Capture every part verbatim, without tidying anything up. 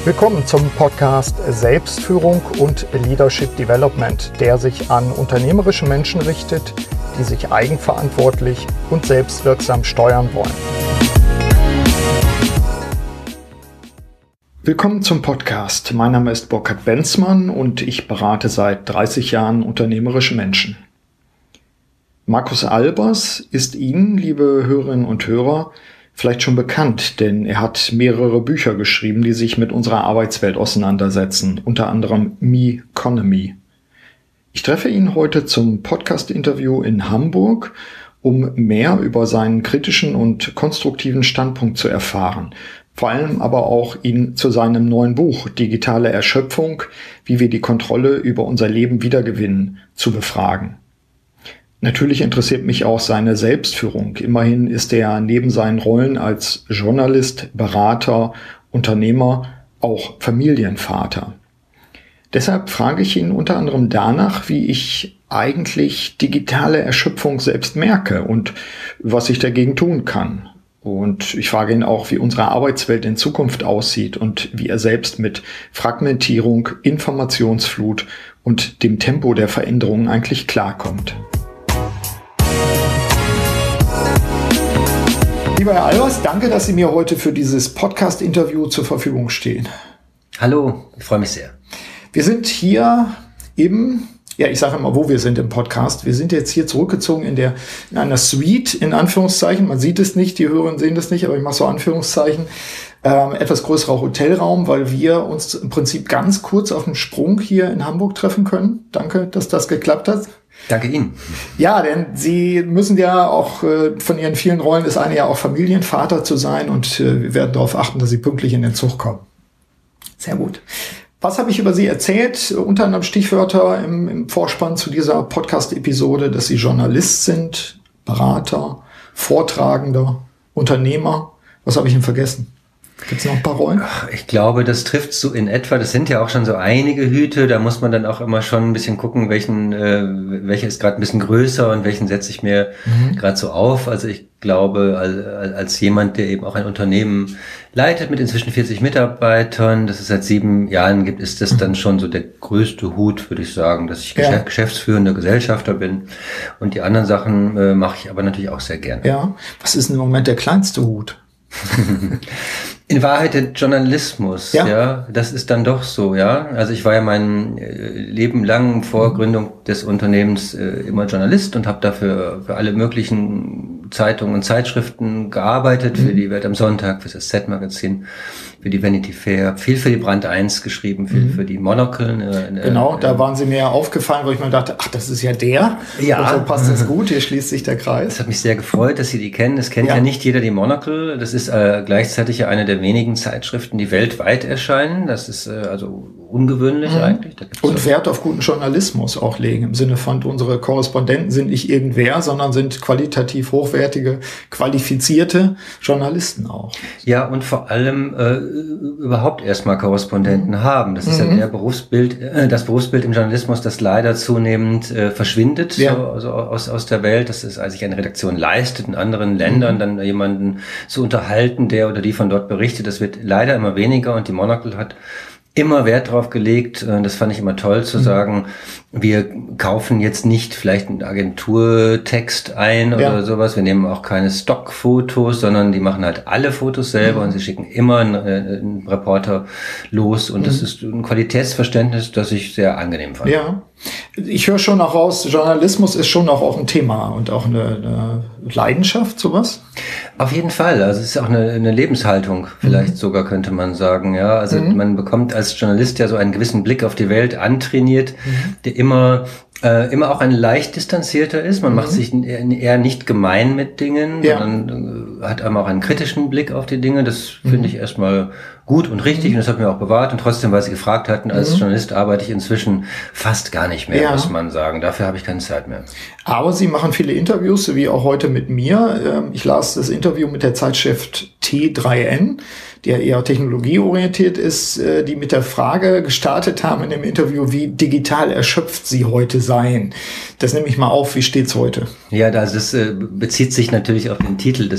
Willkommen zum Podcast Selbstführung und Leadership Development, der sich an unternehmerische Menschen richtet, die sich eigenverantwortlich und selbstwirksam steuern wollen. Willkommen zum Podcast. Mein Name ist Burkhard Benzmann und ich berate seit dreißig Jahren unternehmerische Menschen. Markus Albers ist Ihnen, liebe Hörerinnen und Hörer, vielleicht schon bekannt, denn er hat mehrere Bücher geschrieben, die sich mit unserer Arbeitswelt auseinandersetzen, unter anderem Meconomy. Ich treffe ihn heute zum Podcast-Interview in Hamburg, um mehr über seinen kritischen und konstruktiven Standpunkt zu erfahren, vor allem aber auch ihn zu seinem neuen Buch Digitale Erschöpfung, wie wir die Kontrolle über unser Leben wiedergewinnen, zu befragen. Natürlich interessiert mich auch seine Selbstführung. Immerhin ist er neben seinen Rollen als Journalist, Berater, Unternehmer auch Familienvater. Deshalb frage ich ihn unter anderem danach, wie ich eigentlich digitale Erschöpfung selbst merke und was ich dagegen tun kann. Und ich frage ihn auch, wie unsere Arbeitswelt in Zukunft aussieht und wie er selbst mit Fragmentierung, Informationsflut und dem Tempo der Veränderungen eigentlich klarkommt. Lieber Herr Albers, danke, dass Sie mir heute für dieses Podcast-Interview zur Verfügung stehen. Hallo, ich freue mich sehr. Wir sind hier im, ja, ich sage immer, wo wir sind im Podcast. Wir sind jetzt hier zurückgezogen in der in einer Suite, in Anführungszeichen. Man sieht es nicht, die Hörerinnen sehen das nicht, aber ich mache so Anführungszeichen. Ähm, etwas größerer Hotelraum, weil wir uns im Prinzip ganz kurz auf dem Sprung hier in Hamburg treffen können. Danke, dass das geklappt hat. Danke Ihnen. Ja, denn Sie müssen ja auch, äh, von Ihren vielen Rollen ist eine ja auch Familienvater zu sein und äh, wir werden darauf achten, dass Sie pünktlich in den Zug kommen. Sehr gut. Was habe ich über Sie erzählt? Unter anderem Stichwörter im, im Vorspann zu dieser Podcast-Episode, dass Sie Journalist sind, Berater, Vortragender, Unternehmer. Was habe ich denn vergessen? Gibt es noch ein paar Rollen? Ach, ich glaube, das trifft so in etwa. Das sind ja auch schon so einige Hüte. Da muss man dann auch immer schon ein bisschen gucken, welchen, äh, welcher ist gerade ein bisschen größer und welchen setze ich mir mhm. gerade so auf. Also ich glaube, als, als jemand, der eben auch ein Unternehmen leitet mit inzwischen vierzig Mitarbeitern, das es seit sieben Jahren gibt, ist das mhm. dann schon so der größte Hut, würde ich sagen, dass ich ja. geschäftsführender Gesellschafter bin. Und die anderen Sachen äh, mache ich aber natürlich auch sehr gerne. Ja. Was ist denn im Moment der kleinste Hut? In Wahrheit der Journalismus, ja. ja, das ist dann doch so, ja. Also ich war ja mein äh, Leben lang vor Gründung des Unternehmens äh, immer Journalist und habe dafür für alle möglichen Zeitungen und Zeitschriften gearbeitet, mhm. für die Welt am Sonntag, für das Z-Magazin, für die Vanity Fair, viel für die Brand eins geschrieben, viel mhm. für die Monocle. Äh, genau, äh, da waren Sie mir aufgefallen, wo ich mir dachte, ach, das ist ja der. Ja. Und so passt das gut, hier schließt sich der Kreis. Das hat mich sehr gefreut, dass Sie die kennen. Es kennt ja, ja nicht jeder die Monocle. Das ist äh, gleichzeitig ja eine der wenigen Zeitschriften, die weltweit erscheinen. Das ist äh, also ungewöhnlich mhm. eigentlich. Da gibt's und Wert auf guten Journalismus auch legen, im Sinne von, unsere Korrespondenten sind nicht irgendwer, sondern sind qualitativ hochwertige, qualifizierte Journalisten auch. Ja, und vor allem äh, überhaupt erstmal Korrespondenten mhm. haben. Das ist mhm. ja der Berufsbild, äh, das Berufsbild im Journalismus, das leider zunehmend äh, verschwindet ja. so, also aus, aus der Welt. Das ist, als sich eine Redaktion leistet, in anderen Ländern mhm. dann jemanden zu unterhalten, der oder die von dort berichtet. Das wird leider immer weniger und die Monocle hat immer Wert drauf gelegt, das fand ich immer toll zu sagen, wir kaufen jetzt nicht vielleicht einen Agenturtext ein oder ja. sowas, wir nehmen auch keine Stockfotos, sondern die machen halt alle Fotos selber mhm. und sie schicken immer einen, einen Reporter los und mhm. das ist ein Qualitätsverständnis, das ich sehr angenehm fand. Ja, ich höre schon auch raus, Journalismus ist schon auch, auch ein Thema und auch eine, eine Leidenschaft, sowas? Auf jeden Fall, also es ist auch eine, eine Lebenshaltung, vielleicht mhm. sogar könnte man sagen, ja, also mhm. man bekommt als Journalist ja so einen gewissen Blick auf die Welt antrainiert, mhm. der immer äh, immer auch ein leicht distanzierter ist. Man mhm. macht sich eher nicht gemein mit Dingen, ja. sondern äh, hat einmal auch einen kritischen Blick auf die Dinge. Das mhm. finde ich erstmal gut und richtig mhm. und das hat mir auch bewahrt. Und trotzdem, weil Sie gefragt hatten, als mhm. Journalist arbeite ich inzwischen fast gar nicht mehr, ja. muss man sagen. Dafür habe ich keine Zeit mehr. Aber Sie machen viele Interviews, wie auch heute mit mir. Ich las das Interview mit der Zeitschrift T drei N, der eher technologieorientiert ist, die mit der Frage gestartet haben in dem Interview, wie digital erschöpft Sie heute seien. Das nehme ich mal auf, wie steht's heute? Ja, das ist, äh, bezieht sich natürlich auf den Titel des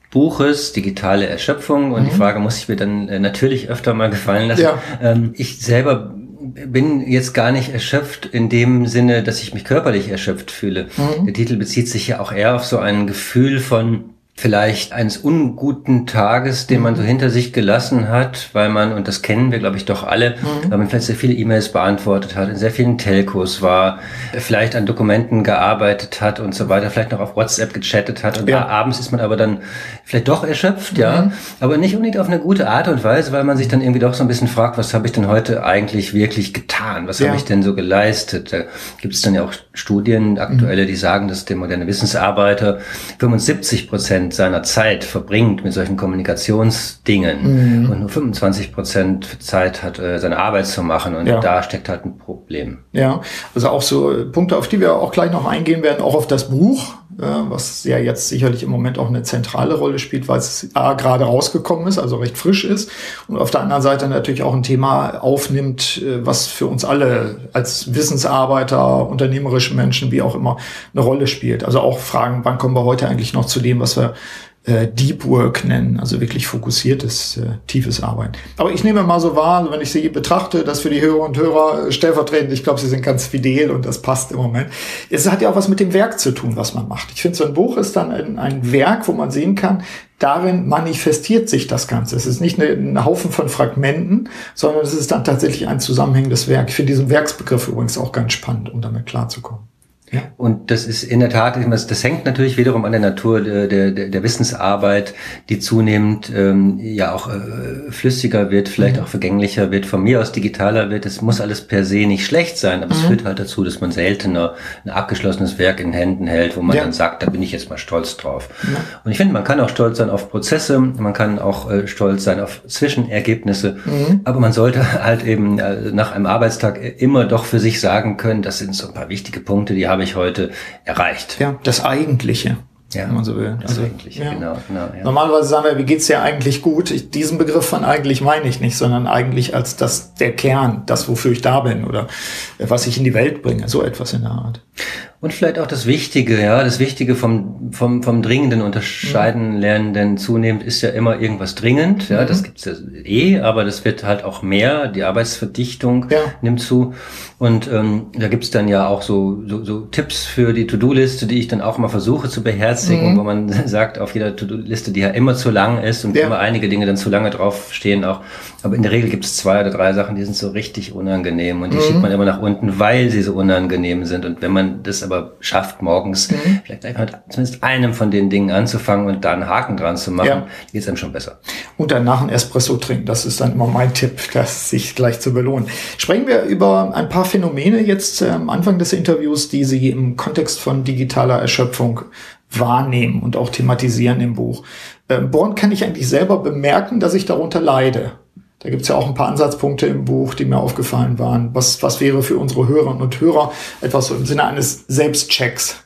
Buches, digitale Erschöpfung. Und mhm. die Frage muss ich mir dann äh, natürlich öfter mal gefallen lassen. Ja. Ähm, ich selber bin jetzt gar nicht erschöpft in dem Sinne, dass ich mich körperlich erschöpft fühle. Mhm. Der Titel bezieht sich ja auch eher auf so ein Gefühl von vielleicht eines unguten Tages, den man so hinter sich gelassen hat, weil man, und das kennen wir, glaube ich, doch alle, mhm. weil man vielleicht sehr viele E-Mails beantwortet hat, in sehr vielen Telcos war, vielleicht an Dokumenten gearbeitet hat und so weiter, vielleicht noch auf WhatsApp gechattet hat und ja. abends ist man aber dann vielleicht doch erschöpft, mhm. ja, aber nicht unbedingt auf eine gute Art und Weise, weil man sich dann irgendwie doch so ein bisschen fragt, was habe ich denn heute eigentlich wirklich getan? Was ja. habe ich denn so geleistet? Da gibt es dann ja auch Studien, aktuelle, die sagen, dass der moderne Wissensarbeiter fünfundsiebzig Prozent seiner Zeit verbringt mit solchen Kommunikationsdingen mhm. und nur fünfundzwanzig Prozent Zeit hat, seine Arbeit zu machen. Und ja. da steckt halt ein Problem. Ja, also auch so Punkte, auf die wir auch gleich noch eingehen werden, auch auf das Buch, was ja jetzt sicherlich im Moment auch eine zentrale Rolle spielt, weil es A, gerade rausgekommen ist, also recht frisch ist, und auf der anderen Seite natürlich auch ein Thema aufnimmt, was für uns alle als Wissensarbeiter, unternehmerische Menschen, wie auch immer, eine Rolle spielt. Also auch Fragen, wann kommen wir heute eigentlich noch zu dem, was wir Deep Work nennen, also wirklich fokussiertes, äh, tiefes Arbeiten. Aber ich nehme mal so wahr, wenn ich sie betrachte, dass für die Hörer und Hörer stellvertretend, ich glaube, sie sind ganz fidel und das passt im Moment. Es hat ja auch was mit dem Werk zu tun, was man macht. Ich finde, so ein Buch ist dann ein, ein Werk, wo man sehen kann, darin manifestiert sich das Ganze. Es ist nicht eine, ein Haufen von Fragmenten, sondern es ist dann tatsächlich ein zusammenhängendes Werk. Ich finde diesen Werksbegriff übrigens auch ganz spannend, um damit klarzukommen. Ja. Und das ist in der Tat, das hängt natürlich wiederum an der Natur der, der, der Wissensarbeit, die zunehmend ähm, ja auch äh, flüssiger wird, vielleicht mhm. auch vergänglicher wird, von mir aus digitaler wird. Es muss alles per se nicht schlecht sein, aber mhm. es führt halt dazu, dass man seltener ein abgeschlossenes Werk in Händen hält, wo man ja. dann sagt, da bin ich jetzt mal stolz drauf. Ja. Und ich finde, man kann auch stolz sein auf Prozesse, man kann auch äh, stolz sein auf Zwischenergebnisse, mhm. aber man sollte halt eben äh, nach einem Arbeitstag immer doch für sich sagen können, das sind so ein paar wichtige Punkte, die haben habe ich heute erreicht. Ja, das Eigentliche. Ja, wenn man so will. Das also, Eigentliche, ja. genau. genau ja. Normalerweise sagen wir, wie geht's dir eigentlich gut? Ich, diesen Begriff von eigentlich meine ich nicht, sondern eigentlich als das, der Kern, das, wofür ich da bin oder was ich in die Welt bringe, so etwas in der Art. Und vielleicht auch das Wichtige, ja, das Wichtige vom, vom, vom Dringenden unterscheiden mhm. lernen, denn zunehmend ist ja immer irgendwas dringend, ja, mhm. das gibt's ja eh, aber das wird halt auch mehr, die Arbeitsverdichtung ja. nimmt zu. Und ähm, da gibt's dann ja auch so, so, so Tipps für die To-Do-Liste, die ich dann auch mal versuche zu beherzigen, mhm. wo man sagt, auf jeder To-Do-Liste, die ja immer zu lang ist und ja. immer einige Dinge dann zu lange draufstehen auch. Aber in der Regel gibt's zwei oder drei Sachen, die sind so richtig unangenehm und die mhm. schiebt man immer nach unten, weil sie so unangenehm sind. Und wenn man das aber schafft, morgens mhm. vielleicht einfach mit zumindest einem von den Dingen anzufangen und da einen Haken dran zu machen, ja. geht's einem schon besser. Und danach ein Espresso trinken, das ist dann immer mein Tipp, das sich gleich zu belohnen. Sprechen wir über ein paar Phänomene jetzt äh, am Anfang des Interviews, die Sie im Kontext von digitaler Erschöpfung wahrnehmen und auch thematisieren im Buch. Ähm, woran kann ich eigentlich selber bemerken, dass ich darunter leide? Da gibt's ja auch ein paar Ansatzpunkte im Buch, die mir aufgefallen waren. Was, was wäre für unsere Hörerinnen und Hörer etwas so im Sinne eines Selbstchecks?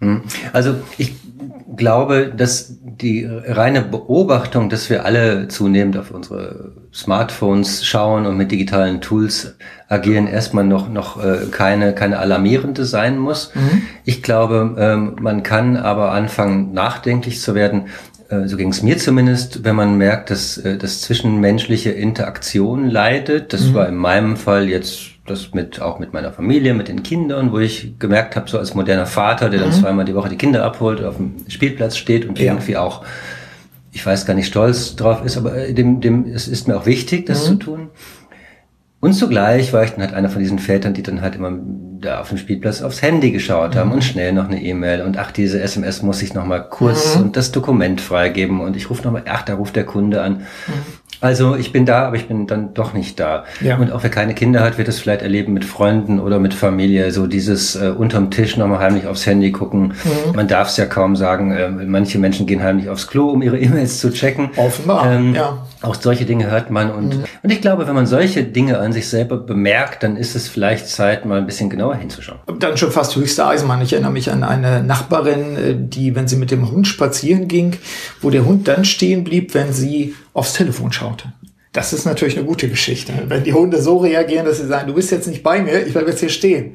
Also ich glaube, dass die reine Beobachtung, dass wir alle zunehmend auf unsere Smartphones schauen und mit digitalen Tools agieren, erstmal noch noch keine keine alarmierende sein muss. Mhm. Ich glaube, man kann aber anfangen, nachdenklich zu werden. So ging es mir zumindest, wenn man merkt, dass das zwischenmenschliche Interaktion leidet. Das mhm. war in meinem Fall jetzt das mit auch mit meiner Familie, mit den Kindern, wo ich gemerkt habe, so als moderner Vater, der dann mhm. zweimal die Woche die Kinder abholt, auf dem Spielplatz steht und ja. irgendwie auch, ich weiß gar nicht, stolz drauf ist, aber dem dem es ist mir auch wichtig, das mhm. zu tun. Und zugleich war ich dann halt einer von diesen Vätern, die dann halt immer da auf dem Spielplatz aufs Handy geschaut haben mhm. und schnell noch eine E-Mail und ach, diese S M S muss ich noch mal kurz mhm. und das Dokument freigeben und ich rufe noch mal, ach, da ruft der Kunde an. Mhm. Also ich bin da, aber ich bin dann doch nicht da. Ja. Und auch wer keine Kinder hat, wird es vielleicht erleben mit Freunden oder mit Familie, so dieses äh, unterm Tisch nochmal heimlich aufs Handy gucken. Mhm. Man darf es ja kaum sagen, äh, manche Menschen gehen heimlich aufs Klo, um ihre E-Mails zu checken. Offenbar, ähm, ja. Auch solche Dinge hört man. Und, mhm. und ich glaube, wenn man solche Dinge an sich selber bemerkt, dann ist es vielleicht Zeit, mal ein bisschen genauer hinzuschauen. Dann schon fast höchste Eisenbahn. Ich erinnere mich an eine Nachbarin, die, wenn sie mit dem Hund spazieren ging, wo der Hund dann stehen blieb, wenn sie aufs Telefon schaute. Das ist natürlich eine gute Geschichte. Wenn die Hunde so reagieren, dass sie sagen, du bist jetzt nicht bei mir, ich bleib jetzt hier stehen.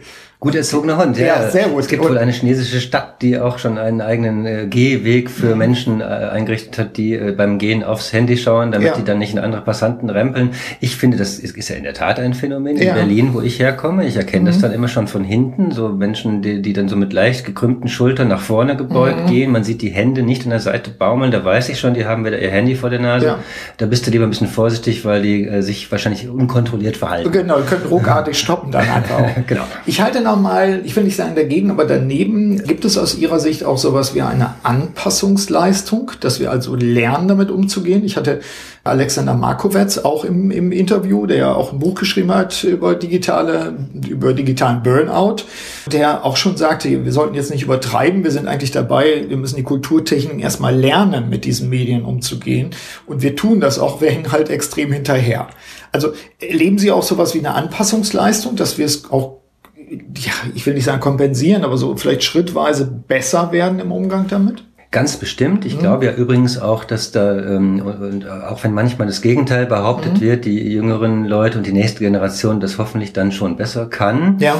Gut erzogener Hund, ja. Ja, sehr gut. Es gibt wohl eine chinesische Stadt, die auch schon einen eigenen äh, Gehweg für Menschen äh, eingerichtet hat, die äh, beim Gehen aufs Handy schauen, damit ja. die dann nicht in andere Passanten rempeln. Ich finde, das ist, ist ja in der Tat ein Phänomen. In ja. Berlin, wo ich herkomme, ich erkenne mhm. das dann immer schon von hinten, so Menschen, die, die dann so mit leicht gekrümmten Schultern nach vorne gebeugt mhm. gehen. Man sieht die Hände nicht an der Seite baumeln, da weiß ich schon, die haben wieder ihr Handy vor der Nase. Ja. Da bist du lieber ein bisschen vorsichtig, weil die äh, sich wahrscheinlich unkontrolliert verhalten. Genau, die können ruckartig stoppen dann einfach auch. Genau. Ich halte noch mal, ich will nicht sagen dagegen, aber daneben, gibt es aus Ihrer Sicht auch sowas wie eine Anpassungsleistung, dass wir also lernen, damit umzugehen? Ich hatte Alexander Markowitz auch im, im Interview, der ja auch ein Buch geschrieben hat über digitale, über digitalen Burnout, der auch schon sagte, wir sollten jetzt nicht übertreiben, wir sind eigentlich dabei, wir müssen die Kulturtechniken erstmal lernen, mit diesen Medien umzugehen. Und wir tun das auch, wir hängen halt extrem hinterher. Also erleben Sie auch sowas wie eine Anpassungsleistung, dass wir es auch, ja, ich will nicht sagen kompensieren, aber so vielleicht schrittweise besser werden im Umgang damit? Ganz bestimmt. Ich mhm. glaube ja übrigens auch, dass da, ähm, und auch wenn manchmal das Gegenteil behauptet mhm. wird, die jüngeren Leute und die nächste Generation das hoffentlich dann schon besser kann. Ja.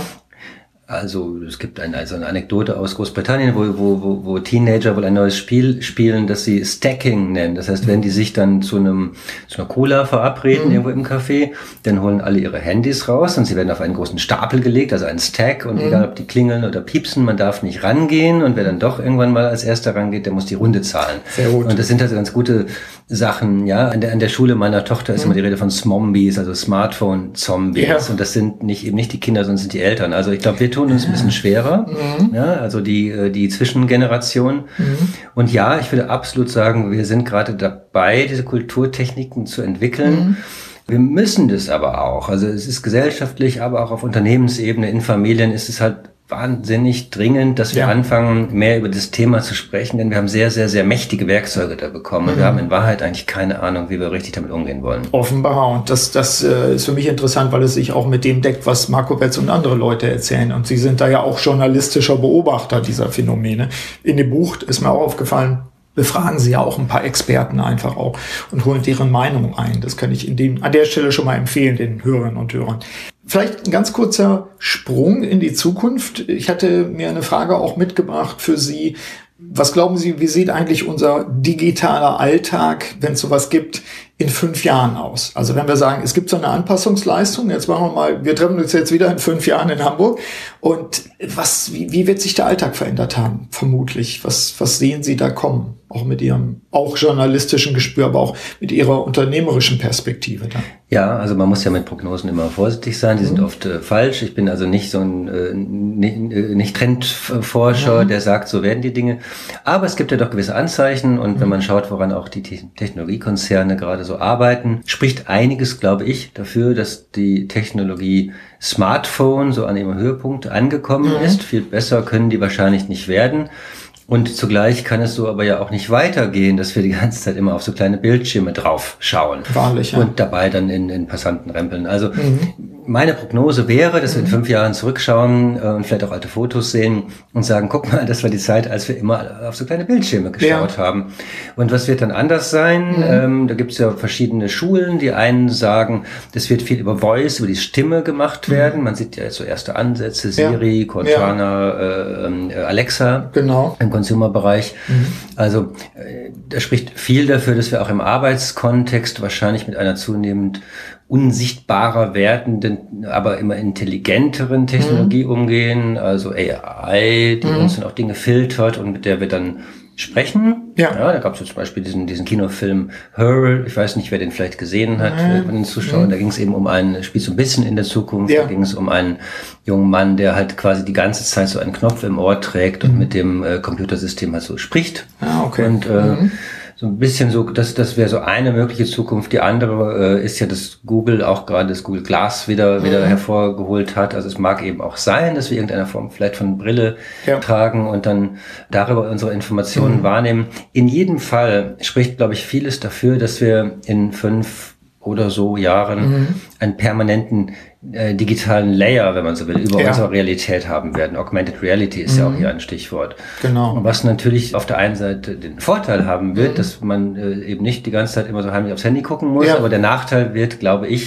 Also es gibt eine, also eine Anekdote aus Großbritannien, wo, wo, wo, wo Teenager wohl ein neues Spiel spielen, das sie Stacking nennen. Das heißt, wenn die sich dann zu einem zu einer Cola verabreden, mhm. irgendwo im Café, dann holen alle ihre Handys raus und sie werden auf einen großen Stapel gelegt, also einen Stack. Und mhm. egal, ob die klingeln oder piepsen, man darf nicht rangehen. Und wer dann doch irgendwann mal als Erster rangeht, der muss die Runde zahlen. Sehr gut. Und das sind also ganz gute Sachen. Ja, an der, an der Schule meiner Tochter ist mhm. immer die Rede von Smombies, also Smartphone-Zombies. Ja. Und das sind nicht eben nicht die Kinder, sondern sind die Eltern. Also ich glaube, wir tun uns ein bisschen schwerer, mhm. ja, also die die Zwischengeneration. Mhm. Und ja, ich würde absolut sagen, wir sind gerade dabei, diese Kulturtechniken zu entwickeln. Mhm. Wir müssen das aber auch. Also es ist gesellschaftlich, aber auch auf Unternehmensebene, in Familien ist es halt wahnsinnig dringend, dass wir ja. anfangen, mehr über das Thema zu sprechen, denn wir haben sehr, sehr, sehr mächtige Werkzeuge da bekommen. Und mhm. wir haben in Wahrheit eigentlich keine Ahnung, wie wir richtig damit umgehen wollen. Offenbar. Und das, das äh, ist für mich interessant, weil es sich auch mit dem deckt, was Markowitz und andere Leute erzählen. Und Sie sind da ja auch journalistischer Beobachter dieser Phänomene. In dem Buch ist mir auch aufgefallen, befragen Sie ja auch ein paar Experten einfach auch und holen deren Meinung ein. Das kann ich in dem, an der Stelle schon mal empfehlen, den Hörerinnen und Hörern. Vielleicht ein ganz kurzer Sprung in die Zukunft. Ich hatte mir eine Frage auch mitgebracht für Sie. Was glauben Sie, wie sieht eigentlich unser digitaler Alltag, wenn es sowas gibt, in fünf Jahren aus? Also wenn wir sagen, es gibt so eine Anpassungsleistung, jetzt machen wir mal, wir treffen uns jetzt wieder in fünf Jahren in Hamburg. Und was, wie, wie wird sich der Alltag verändert haben? Vermutlich. Was, was sehen Sie da kommen? Auch mit Ihrem, auch journalistischen Gespür, aber auch mit Ihrer unternehmerischen Perspektive dann. Ja, also man muss ja mit Prognosen immer vorsichtig sein. Die mhm. sind oft äh, falsch. Ich bin also nicht so ein, äh, nicht, nicht Trendforscher, mhm. der sagt, so werden die Dinge. Aber es gibt ja doch gewisse Anzeichen. Und mhm. wenn man schaut, woran auch die Te- Technologiekonzerne gerade so arbeiten, spricht einiges, glaube ich, dafür, dass die Technologie Smartphone so an ihrem Höhepunkt angekommen mhm. ist. Viel besser können die wahrscheinlich nicht werden. Und zugleich kann es so aber ja auch nicht weitergehen, dass wir die ganze Zeit immer auf so kleine Bildschirme drauf schauen. Wahrlich, ja. Und dabei dann in, in Passanten rempeln. Also mhm. meine Prognose wäre, dass wir in fünf Jahren zurückschauen äh, und vielleicht auch alte Fotos sehen und sagen, guck mal, das war die Zeit, als wir immer auf so kleine Bildschirme geschaut ja. haben. Und was wird dann anders sein? Mhm. Ähm, da gibt es ja verschiedene Schulen. Die einen sagen, das wird viel über Voice, über die Stimme gemacht werden. Mhm. Man sieht ja jetzt so erste Ansätze, Siri, ja. Cortana, ja. Äh, Alexa. Genau. Im Consumer-Bereich. Mhm. Also äh, da spricht viel dafür, dass wir auch im Arbeitskontext wahrscheinlich mit einer zunehmend unsichtbarer werdenden, aber immer intelligenteren Technologie mhm. umgehen, also A I, die mhm. uns dann auch Dinge filtert und mit der wir dann sprechen. Ja. ja da gab es zum Beispiel diesen diesen Kinofilm Her, ich weiß nicht, wer den vielleicht gesehen hat mhm. von den Zuschauern, mhm. da ging es eben um einen, spielt so ein bisschen in der Zukunft, ja. da ging es um einen jungen Mann, der halt quasi die ganze Zeit so einen Knopf im Ohr trägt mhm. und mit dem äh, Computersystem halt so spricht. Ah, okay. Und äh, mhm. so ein bisschen so, das, das wäre so eine mögliche Zukunft. Die andere äh, ist ja, dass Google auch gerade das Google Glass wieder, wieder mhm. hervorgeholt hat. Also es mag eben auch sein, dass wir irgendeiner Form vielleicht von Brille ja. tragen und dann darüber unsere Informationen mhm. wahrnehmen. In jedem Fall spricht, glaube ich, vieles dafür, dass wir in fünf oder so Jahren mhm. einen permanenten äh, digitalen Layer, wenn man so will, über ja. unsere Realität haben werden. Augmented Reality ist mhm. ja auch hier ein Stichwort. Genau. Und was natürlich auf der einen Seite den Vorteil haben wird, mhm. dass man äh, eben nicht die ganze Zeit immer so heimlich aufs Handy gucken muss, ja. aber der Nachteil wird, glaube ich,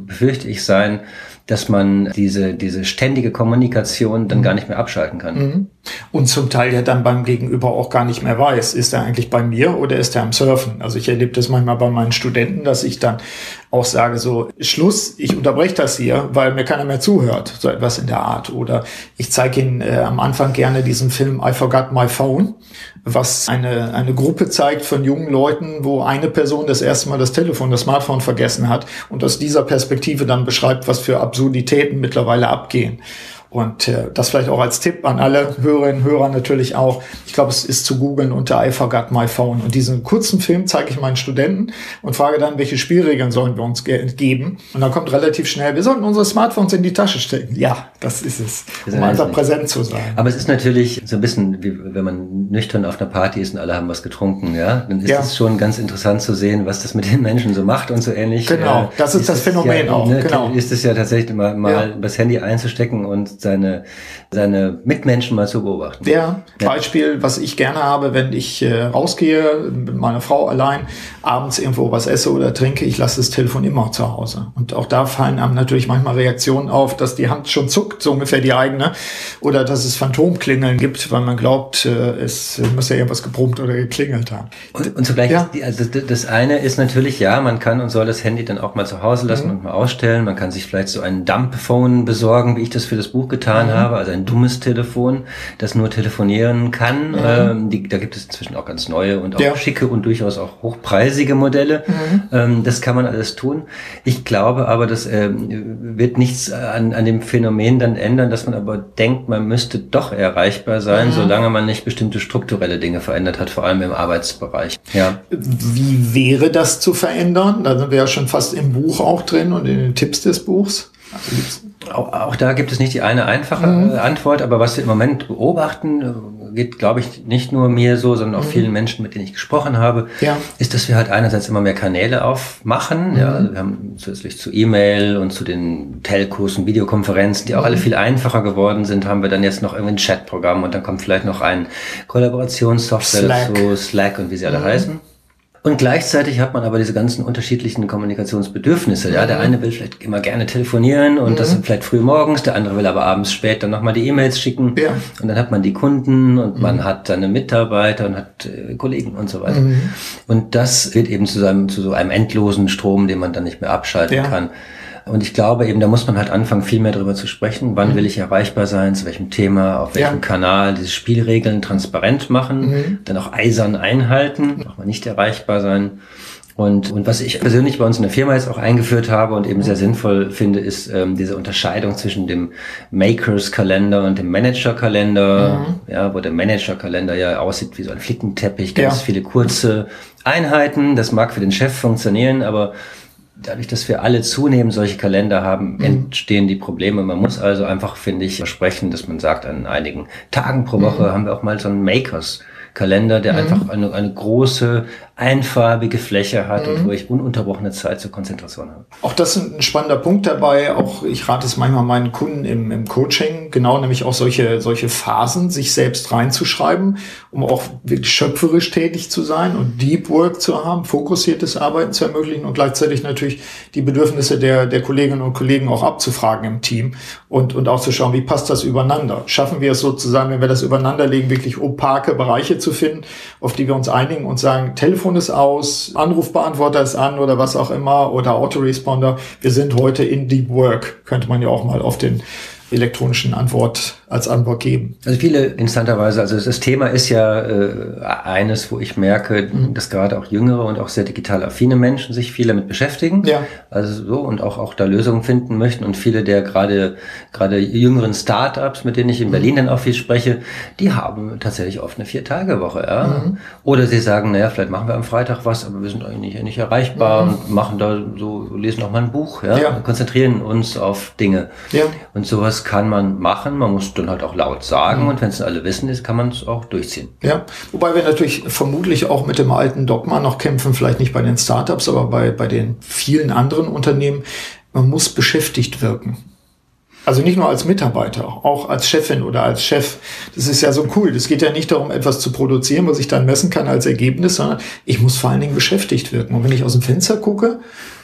befürchte ich sein, dass man diese diese ständige Kommunikation dann gar nicht mehr abschalten kann. Und zum Teil ja dann beim Gegenüber auch gar nicht mehr weiß, ist er eigentlich bei mir oder ist er am Surfen? Also ich erlebe das manchmal bei meinen Studenten, dass ich dann auch sage, so Schluss, ich unterbreche das hier, weil mir keiner mehr zuhört, so etwas in der Art. Oder ich zeige Ihnen äh, am Anfang gerne diesen Film I Forgot My Phone, was eine eine Gruppe zeigt von jungen Leuten, wo eine Person das erste Mal das Telefon, das Smartphone vergessen hat und aus dieser Perspektive dann beschreibt, was für Absurditäten mittlerweile abgehen. Und äh, das vielleicht auch als Tipp an alle Hörerinnen und Hörer natürlich auch. Ich glaube, es ist zu googeln unter I Forgot My Phone. Und diesen kurzen Film zeige ich meinen Studenten und frage dann, welche Spielregeln sollen wir uns ge- geben. Und dann kommt relativ schnell, wir sollten unsere Smartphones in die Tasche stecken. Ja, das ist es, um einfach präsent zu sein. Aber es ist natürlich so ein bisschen, wie wenn man nüchtern auf einer Party ist und alle haben was getrunken, ja, dann ist ja. es schon ganz interessant zu sehen, was das mit den Menschen so macht und so ähnlich. Genau, das ist, ist das Phänomen ja, auch. Ne, genau. Ist es ja tatsächlich mal, mal ja. das Handy einzustecken und seine seine Mitmenschen mal zu beobachten. Ja, ja. Beispiel, was ich gerne habe, wenn ich äh, rausgehe, mit meiner Frau allein, abends irgendwo was esse oder trinke, ich lasse das Telefon immer zu Hause. Und auch da fallen einem natürlich manchmal Reaktionen auf, dass die Hand schon zuckt, so ungefähr die eigene, oder dass es Phantomklingeln gibt, weil man glaubt, äh, es muss ja irgendwas gebrummt oder geklingelt haben. Und, und zugleich, ja. die, also das eine ist natürlich, ja, man kann und soll das Handy dann auch mal zu Hause lassen mhm. und mal ausstellen. Man kann sich vielleicht so ein Dump-Phone besorgen, wie ich das für das Buch getan mhm. habe, also ein dummes Telefon, das nur telefonieren kann. Mhm. Ähm, die, da gibt es inzwischen auch ganz neue und auch ja. schicke und durchaus auch hochpreisige Modelle. Mhm. Ähm, das kann man alles tun. Ich glaube aber, das ähm, wird nichts an, an dem Phänomen dann ändern, dass man aber denkt, man müsste doch erreichbar sein, mhm. solange man nicht bestimmte strukturelle Dinge verändert hat, vor allem im Arbeitsbereich. Ja. Wie wäre das zu verändern? Da sind wir ja schon fast im Buch auch drin und in den Tipps des Buchs. Auch, auch da gibt es nicht die eine einfache mhm. Antwort, aber was wir im Moment beobachten, geht, glaube ich, nicht nur mir so, sondern auch mhm. vielen Menschen, mit denen ich gesprochen habe, ja. ist, dass wir halt einerseits immer mehr Kanäle aufmachen. Mhm. Ja, also wir haben zusätzlich zu E-Mail und zu den Telcos und Videokonferenzen, die auch mhm. alle viel einfacher geworden sind, haben wir dann jetzt noch irgendwie ein Chatprogramm und dann kommt vielleicht noch ein Kollaborationssoftware Slack. dazu, Slack und wie sie alle mhm. heißen. Und gleichzeitig hat man aber diese ganzen unterschiedlichen Kommunikationsbedürfnisse. Ja, der eine will vielleicht immer gerne telefonieren und mhm. das vielleicht früh morgens, der andere will aber abends spät dann nochmal die E-Mails schicken. Ja. Und dann hat man die Kunden und mhm. man hat seine Mitarbeiter und hat äh, Kollegen und so weiter. Mhm. Und das wird eben zu, seinem, zu so einem endlosen Strom, den man dann nicht mehr abschalten ja. kann. Und ich glaube eben, da muss man halt anfangen, viel mehr darüber zu sprechen. Wann mhm. will ich erreichbar sein, zu welchem Thema, auf welchem ja. Kanal, diese Spielregeln transparent machen, mhm. dann auch eisern einhalten, auch mal nicht erreichbar sein. Und, und was ich persönlich bei uns in der Firma jetzt auch eingeführt habe und eben sehr sinnvoll finde, ist ähm, diese Unterscheidung zwischen dem Makers-Kalender und dem Manager-Kalender, mhm. ja, wo der Manager-Kalender ja aussieht wie so ein Flickenteppich, ganz ja. viele kurze Einheiten. Das mag für den Chef funktionieren, aber dadurch, dass wir alle zunehmend solche Kalender haben, mhm. entstehen die Probleme. Man muss also einfach, finde ich, versprechen, dass man sagt, an einigen Tagen pro Woche mhm. haben wir auch mal so einen Makers-Kalender, der mhm. einfach eine, eine große, einfarbige Fläche hat mhm. und wo ich ununterbrochene Zeit zur Konzentration habe. Auch das ist ein spannender Punkt dabei. Auch ich rate es manchmal meinen Kunden im, im Coaching, genau, nämlich auch solche, solche Phasen sich selbst reinzuschreiben, um auch wirklich schöpferisch tätig zu sein und Deep Work zu haben, fokussiertes Arbeiten zu ermöglichen und gleichzeitig natürlich die Bedürfnisse der, der Kolleginnen und Kollegen auch abzufragen im Team und, und auch zu schauen, wie passt das übereinander? Schaffen wir es sozusagen, wenn wir das übereinander legen, wirklich opake Bereiche zu finden, auf die wir uns einigen und sagen, Telefon ist aus, Anrufbeantworter ist an oder was auch immer oder Autoresponder. Wir sind heute in Deep Work. Könnte man ja auch mal auf den elektronischen Antwort als Antwort geben. Also viele interessanterweise, also das Thema ist ja äh, eines, wo ich merke, mhm. dass gerade auch jüngere und auch sehr digital affine Menschen sich viel damit beschäftigen. Ja. Also so und auch auch da Lösungen finden möchten und viele der gerade gerade jüngeren Startups, mit denen ich in Berlin mhm. dann auch viel spreche, die haben tatsächlich oft eine Vier-Tage-Woche. Ja? Mhm. Oder sie sagen, naja, vielleicht machen wir am Freitag was, aber wir sind eigentlich nicht, nicht erreichbar mhm. und machen da so, lesen auch mal ein Buch, ja, ja. und konzentrieren uns auf Dinge. Ja. Und sowas kann man machen, man muss dann halt auch laut sagen mhm. und wenn es alle wissen ist, kann man es auch durchziehen. Ja, wobei wir natürlich vermutlich auch mit dem alten Dogma noch kämpfen, vielleicht nicht bei den Startups, aber bei, bei den vielen anderen Unternehmen, man muss beschäftigt wirken. Also nicht nur als Mitarbeiter, auch als Chefin oder als Chef. Das ist ja so cool. Das geht ja nicht darum, etwas zu produzieren, was ich dann messen kann als Ergebnis, sondern ich muss vor allen Dingen beschäftigt wirken. Und wenn ich aus dem Fenster gucke,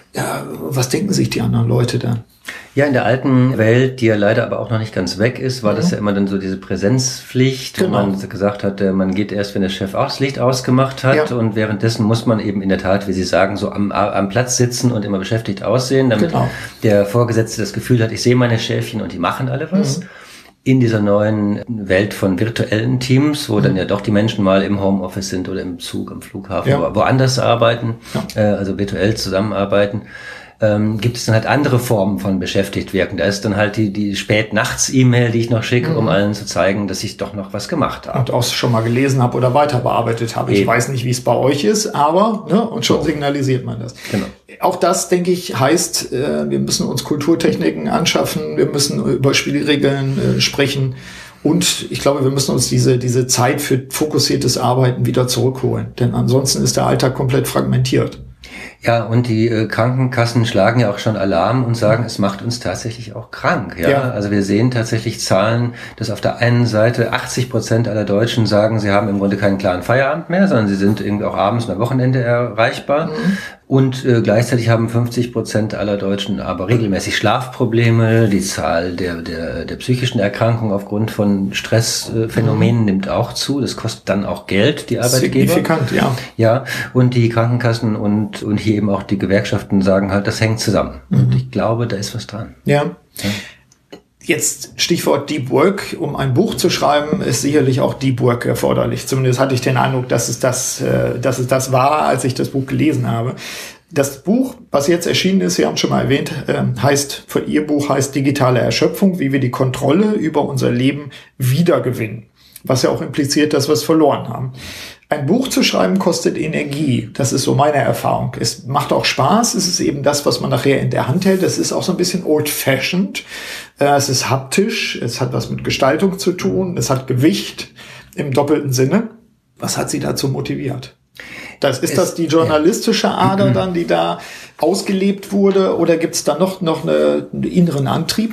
Ja, was denken sich die anderen Leute dann? Ja, in der alten Welt, die ja leider aber auch noch nicht ganz weg ist, war mhm. das ja immer dann so diese Präsenzpflicht, genau. wo man gesagt hat, man geht erst, wenn der Chef auch das Licht ausgemacht hat ja. und währenddessen muss man eben in der Tat, wie Sie sagen, so am, am Platz sitzen und immer beschäftigt aussehen, damit genau. der Vorgesetzte das Gefühl hat, ich sehe meine Schäfchen und die machen alle was. Mhm. In dieser neuen Welt von virtuellen Teams, wo mhm. dann ja doch die Menschen mal im Homeoffice sind oder im Zug, am Flughafen, ja. woanders arbeiten, ja. äh, also virtuell zusammenarbeiten, ähm, gibt es dann halt andere Formen von beschäftigt wirken. Da ist dann halt die, die Spät-Nachts-E-Mail, die ich noch schicke, mhm. um allen zu zeigen, dass ich doch noch was gemacht habe. Und auch schon mal gelesen habe oder weiter bearbeitet habe. Eben. Ich weiß nicht, wie es bei euch ist, aber ne, und schon so. signalisiert man das. Genau. Auch das, denke ich, heißt, äh, wir müssen uns Kulturtechniken anschaffen, wir müssen über Spielregeln äh, sprechen und ich glaube, wir müssen uns diese diese Zeit für fokussiertes Arbeiten wieder zurückholen, denn ansonsten ist der Alltag komplett fragmentiert. Ja, und die äh, Krankenkassen schlagen ja auch schon Alarm und sagen, es macht uns tatsächlich auch krank. Ja? ja, also wir sehen tatsächlich Zahlen, dass auf der einen Seite achtzig Prozent aller Deutschen sagen, sie haben im Grunde keinen klaren Feierabend mehr, sondern sie sind irgendwie auch abends und am Wochenende erreichbar. Mhm. Und äh, gleichzeitig haben fünfzig Prozent aller Deutschen aber regelmäßig Schlafprobleme. Die Zahl der der der psychischen Erkrankungen aufgrund von Stressphänomenen mhm. nimmt auch zu. Das kostet dann auch Geld, die Arbeitgeber. Signifikant, ja. Ja, und die Krankenkassen und und hier eben auch die Gewerkschaften sagen halt, das hängt zusammen. Mhm. Und ich glaube, da ist was dran. Ja. ja. Jetzt Stichwort Deep Work. Um ein Buch zu schreiben, ist sicherlich auch Deep Work erforderlich. Zumindest hatte ich den Eindruck, dass es das, äh, dass es das war, als ich das Buch gelesen habe. Das Buch, was jetzt erschienen ist, Sie haben es schon mal erwähnt, äh, heißt, für Ihr Buch heißt Digitale Erschöpfung, wie wir die Kontrolle über unser Leben wiedergewinnen. Was ja auch impliziert, dass wir es verloren haben. Ein Buch zu schreiben kostet Energie. Das ist so meine Erfahrung. Es macht auch Spaß. Es ist eben das, was man nachher in der Hand hält. Es ist auch so ein bisschen old-fashioned. Es ist haptisch. Es hat was mit Gestaltung zu tun. Es hat Gewicht im doppelten Sinne. Was hat Sie dazu motiviert? Das, ist es, das die journalistische Ader ja. dann, die da ausgelebt wurde? Oder gibt es da noch, noch eine, einen inneren Antrieb?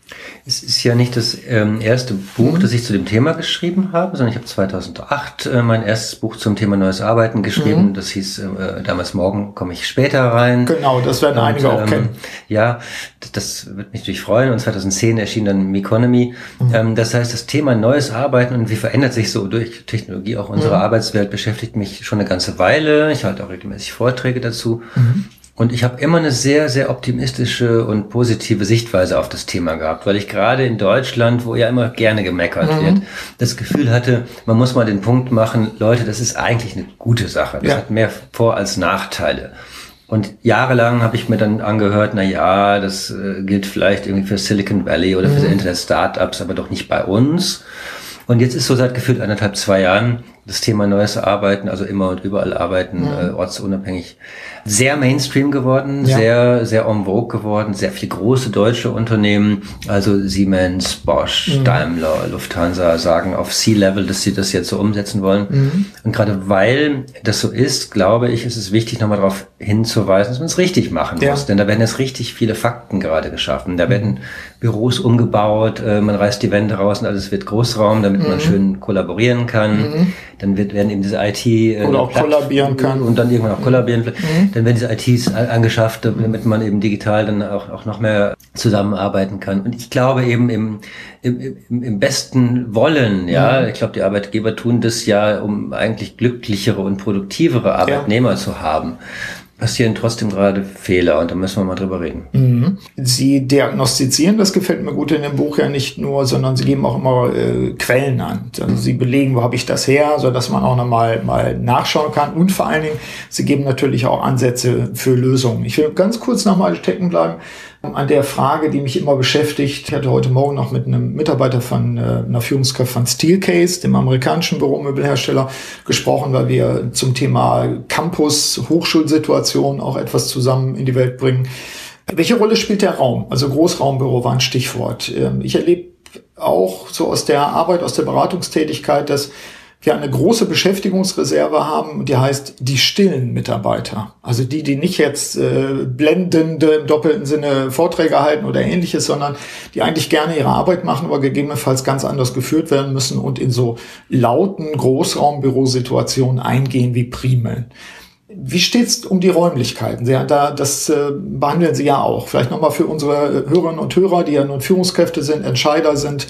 Es ist ja nicht das ähm, erste Buch, mhm. das ich zu dem Thema geschrieben habe, sondern ich habe zweitausendacht äh, mein erstes Buch zum Thema Neues Arbeiten geschrieben. Mhm. Das hieß äh, damals Morgen komme ich später rein. Genau, das werden und, einige auch ähm, kennen. Ja, das wird mich natürlich freuen. Und zweitausendzehn erschien dann Meconomy. Mhm. Ähm, das heißt, das Thema Neues Arbeiten und wie verändert sich so durch Technologie auch unsere mhm. Arbeitswelt beschäftigt mich schon eine ganze Weile. Ich halte auch regelmäßig Vorträge dazu. Mhm. Und ich habe immer eine sehr, sehr optimistische und positive Sichtweise auf das Thema gehabt, weil ich gerade in Deutschland, wo ja immer gerne gemeckert mhm. wird, das Gefühl hatte, man muss mal den Punkt machen, Leute, das ist eigentlich eine gute Sache. Das ja. hat mehr Vor- als Nachteile. Und jahrelang habe ich mir dann angehört, na ja, das äh, gilt vielleicht irgendwie für Silicon Valley oder mhm. für Internet-Startups, aber doch nicht bei uns. Und jetzt ist so seit gefühlt anderthalb, zwei Jahren das Thema Neues Arbeiten, also immer und überall arbeiten, mhm. äh, ortsunabhängig, sehr Mainstream geworden, ja. sehr, sehr en vogue geworden, sehr viele große deutsche Unternehmen, also Siemens, Bosch, mhm. Daimler, Lufthansa sagen auf C-Level, dass sie das jetzt so umsetzen wollen. Mhm. Und gerade weil das so ist, glaube ich, ist es wichtig, nochmal darauf hinzuweisen, dass man es richtig machen ja. muss. Denn da werden jetzt richtig viele Fakten gerade geschaffen. Da werden Büros umgebaut, äh, man reißt die Wände raus und alles wird Großraum, damit mhm. man schön kollaborieren kann. Mhm. Dann wird, werden eben diese I T... Äh, Oder auch kollabieren kann. Und dann irgendwann auch kollabieren. Mhm. Dann werden diese I Ts angeschafft, damit man eben digital dann auch, auch noch mehr zusammenarbeiten kann. Und ich glaube eben im, im, im, im besten Wollen, ja, mhm. ich glaube, die Arbeitgeber tun das ja, um eigentlich glücklichere und produktivere Arbeitnehmer ja. zu haben. Passieren trotzdem gerade Fehler und da müssen wir mal drüber reden. Mhm. Sie diagnostizieren, das gefällt mir gut in dem Buch ja nicht nur, sondern Sie geben auch immer äh, Quellen an. Also Sie belegen, wo habe ich das her, so dass man auch noch mal, mal nachschauen kann. Und vor allen Dingen, Sie geben natürlich auch Ansätze für Lösungen. Ich will ganz kurz noch mal stecken bleiben an der Frage, die mich immer beschäftigt. Ich hatte heute Morgen noch mit einem Mitarbeiter von äh, einer Führungskraft von Steelcase, dem amerikanischen Büromöbelhersteller, gesprochen, weil wir zum Thema Campus-Hochschulsituation auch etwas zusammen in die Welt bringen. Welche Rolle spielt der Raum? Also Großraumbüro war ein Stichwort. Ähm, ich erlebe auch so aus der Arbeit, aus der Beratungstätigkeit, dass wir eine große Beschäftigungsreserve haben, die heißt die stillen Mitarbeiter. Also die, die nicht jetzt äh, blendende im doppelten Sinne Vorträge halten oder ähnliches, sondern die eigentlich gerne ihre Arbeit machen, aber gegebenenfalls ganz anders geführt werden müssen und in so lauten Großraumbürosituationen eingehen wie Primeln. Wie steht's um die Räumlichkeiten? Sie, da, das äh, behandeln Sie ja auch. Vielleicht nochmal für unsere Hörerinnen und Hörer, die ja nun Führungskräfte sind, Entscheider sind.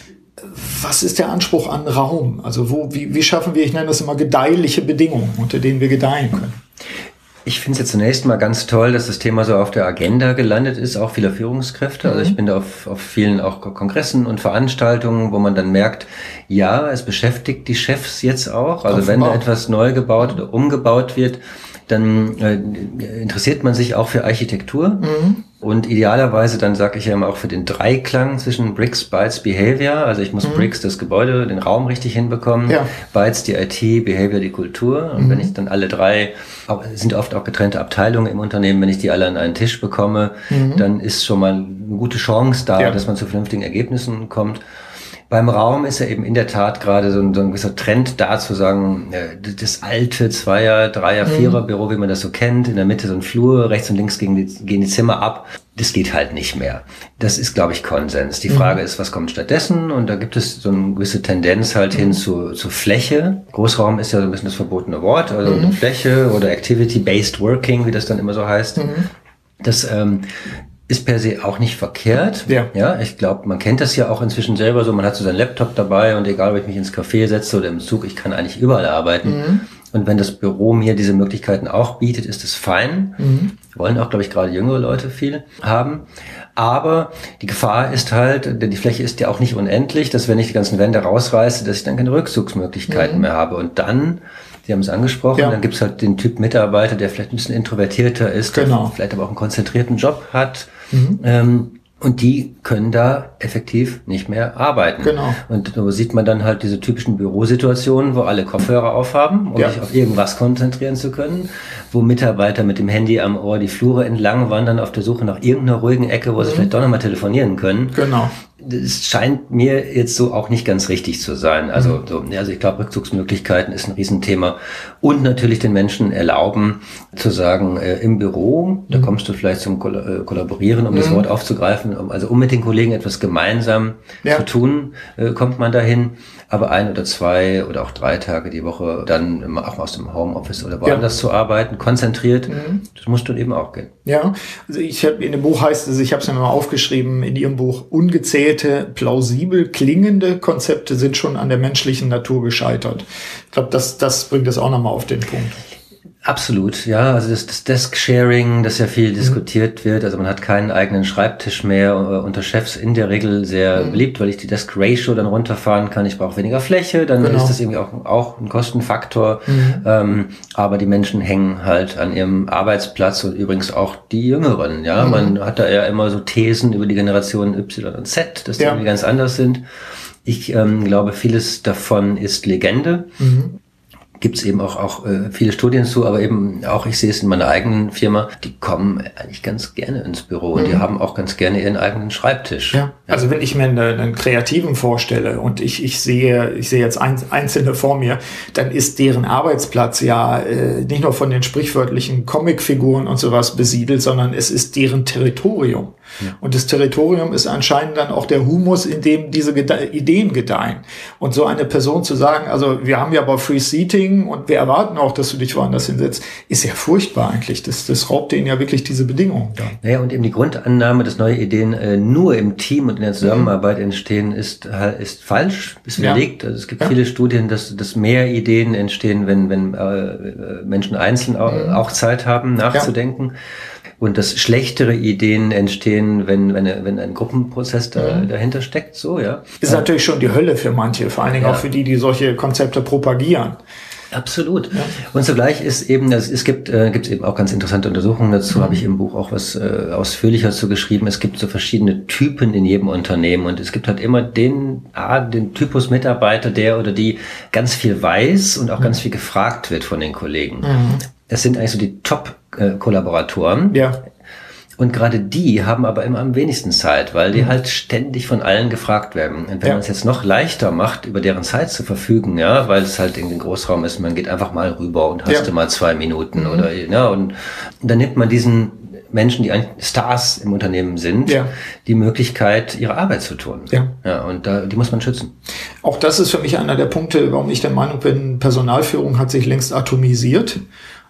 Was ist der Anspruch an Raum? Also wo, wie, wie schaffen wir, ich nenne das immer gedeihliche Bedingungen, unter denen wir gedeihen können? Ich finde es jetzt zunächst mal ganz toll, dass das Thema so auf der Agenda gelandet ist, auch vieler Führungskräfte. Mhm. Also ich bin da auf, auf vielen auch Kongressen und Veranstaltungen, wo man dann merkt, ja, es beschäftigt die Chefs jetzt auch. Also wenn da etwas neu gebaut oder umgebaut wird, dann äh, interessiert man sich auch für Architektur. Mhm. Und idealerweise, dann sage ich ja immer auch für den Dreiklang zwischen Bricks, Bytes, Behavior. Also ich muss mhm. Bricks, das Gebäude, den Raum richtig hinbekommen. Ja. Bytes, die I T, Behavior, die Kultur. Und mhm. wenn ich dann alle drei, auch, sind oft auch getrennte Abteilungen im Unternehmen, wenn ich die alle an einen Tisch bekomme, mhm. dann ist schon mal eine gute Chance da, ja. dass man zu vernünftigen Ergebnissen kommt. Beim Raum ist ja eben in der Tat gerade so ein, so ein gewisser Trend da zu sagen, das alte Zweier-, Dreier-, Vierer-Büro, wie man das so kennt, in der Mitte so ein Flur, rechts und links gehen die, gehen die Zimmer ab. Das geht halt nicht mehr. Das ist, glaube ich, Konsens. Die Frage mhm. ist, was kommt stattdessen? Und da gibt es so eine gewisse Tendenz halt mhm. hin zu, zu Fläche. Großraum ist ja so ein bisschen das verbotene Wort, also mhm. Fläche oder Activity-Based Working, wie das dann immer so heißt. Mhm. Das ähm, ist per se auch nicht verkehrt. Ja, ja, ich glaube, man kennt das ja auch inzwischen selber so. Man hat so seinen Laptop dabei und egal, ob ich mich ins Café setze oder im Zug, ich kann eigentlich überall arbeiten. Mhm. Und wenn das Büro mir diese Möglichkeiten auch bietet, ist es fein. Mhm. Wollen auch, glaube ich, gerade jüngere Leute viel haben. Aber die Gefahr ist halt, denn die Fläche ist ja auch nicht unendlich, dass wenn ich die ganzen Wände rausreiße, dass ich dann keine Rückzugsmöglichkeiten mhm. mehr habe. Und dann, Sie haben es angesprochen, ja. dann gibt es halt den Typ Mitarbeiter, der vielleicht ein bisschen introvertierter ist, genau. der vielleicht aber auch einen konzentrierten Job hat. Mhm. Ähm, und die können da effektiv nicht mehr arbeiten. Genau. Und so sieht man dann halt diese typischen Bürosituationen, wo alle Kopfhörer aufhaben, um ja. sich auf irgendwas konzentrieren zu können, wo Mitarbeiter mit dem Handy am Ohr die Flure entlang wandern auf der Suche nach irgendeiner ruhigen Ecke, wo mhm. sie vielleicht doch nochmal telefonieren können. Genau. Das scheint mir jetzt so auch nicht ganz richtig zu sein. Also, mhm. so, also ich glaube, Rückzugsmöglichkeiten ist ein Riesenthema. Und natürlich den Menschen erlauben, zu sagen, äh, im Büro, mhm. da kommst du vielleicht zum Koll- äh, Kollaborieren, um mhm. das Wort aufzugreifen, um, also um mit den Kollegen etwas gemeinsam ja. zu tun, äh, kommt man dahin. Aber ein oder zwei oder auch drei Tage die Woche dann auch aus dem Homeoffice oder woanders ja. zu arbeiten, konzentriert, mhm. das muss dann eben auch gehen. Ja, also ich habe in dem Buch heißt es, ich habe es mir mal aufgeschrieben, in Ihrem Buch, ungezählte, plausibel klingende Konzepte sind schon an der menschlichen Natur gescheitert. Ich glaube, das, das bringt es auch nochmal auf den Punkt. Absolut, ja, also das, das Desk-Sharing, das ja viel mhm. diskutiert wird, also man hat keinen eigenen Schreibtisch mehr, unter Chefs in der Regel sehr mhm. beliebt, weil ich die Desk-Ratio dann runterfahren kann, ich brauche weniger Fläche, dann genau. ist das irgendwie auch, auch ein Kostenfaktor, mhm. ähm, aber die Menschen hängen halt an ihrem Arbeitsplatz und übrigens auch die Jüngeren, ja, mhm. man hat da ja immer so Thesen über die Generationen Y und Z, dass die ja. irgendwie ganz anders sind. Ich ähm, glaube, vieles davon ist Legende. Mhm. Gibt es eben auch auch äh, viele Studien zu, aber eben auch, ich sehe es in meiner eigenen Firma, die kommen eigentlich ganz gerne ins Büro und mhm. die haben auch ganz gerne ihren eigenen Schreibtisch. Ja. Also wenn ich mir einen, einen Kreativen vorstelle und ich ich sehe ich sehe jetzt ein, Einzelne vor mir, dann ist deren Arbeitsplatz ja äh, nicht nur von den sprichwörtlichen Comicfiguren und sowas besiedelt, sondern es ist deren Territorium. Ja. Und das Territorium ist anscheinend dann auch der Humus, in dem diese Gede- Ideen gedeihen. Und so eine Person zu sagen, also wir haben ja aber Free Seating und wir erwarten auch, dass du dich woanders hinsetzt, ist ja furchtbar eigentlich. Das, das raubt denen ja wirklich diese Bedingungen dann. Naja, und eben die Grundannahme, dass neue Ideen äh, nur im Team und in der Zusammenarbeit mhm. entstehen, ist ist falsch, ist belegt. Ja. Also es gibt ja. viele Studien, dass, dass mehr Ideen entstehen, wenn, wenn äh, Menschen einzeln auch, mhm. auch Zeit haben, nachzudenken. Ja. Und dass schlechtere Ideen entstehen, wenn wenn wenn ein Gruppenprozess da, mhm. dahinter steckt, so ja. Ist ja. natürlich schon die Hölle für manche, vor allen Dingen ja. auch für die, die solche Konzepte propagieren. Absolut. Ja. Und zugleich ist eben, also es gibt äh, gibt eben auch ganz interessante Untersuchungen dazu, mhm. habe ich im Buch auch was äh, ausführlicher zu geschrieben. Es gibt so verschiedene Typen in jedem Unternehmen und es gibt halt immer den ah, den Typus Mitarbeiter, der oder die ganz viel weiß und auch mhm. ganz viel gefragt wird von den Kollegen. Mhm. Das sind eigentlich so die Top-Kollaboratoren. Ja. Und gerade die haben aber immer am wenigsten Zeit, weil die mhm. halt ständig von allen gefragt werden. Und wenn ja. man es jetzt noch leichter macht, über deren Zeit zu verfügen, ja, weil es halt in den Großraum ist, man geht einfach mal rüber und hast ja. du mal zwei Minuten mhm. oder, ja, und dann nimmt man diesen Menschen, die eigentlich Stars im Unternehmen sind, ja. die Möglichkeit, ihre Arbeit zu tun. Ja. Ja, und da, die muss man schützen. Auch das ist für mich einer der Punkte, warum ich der Meinung bin, Personalführung hat sich längst atomisiert.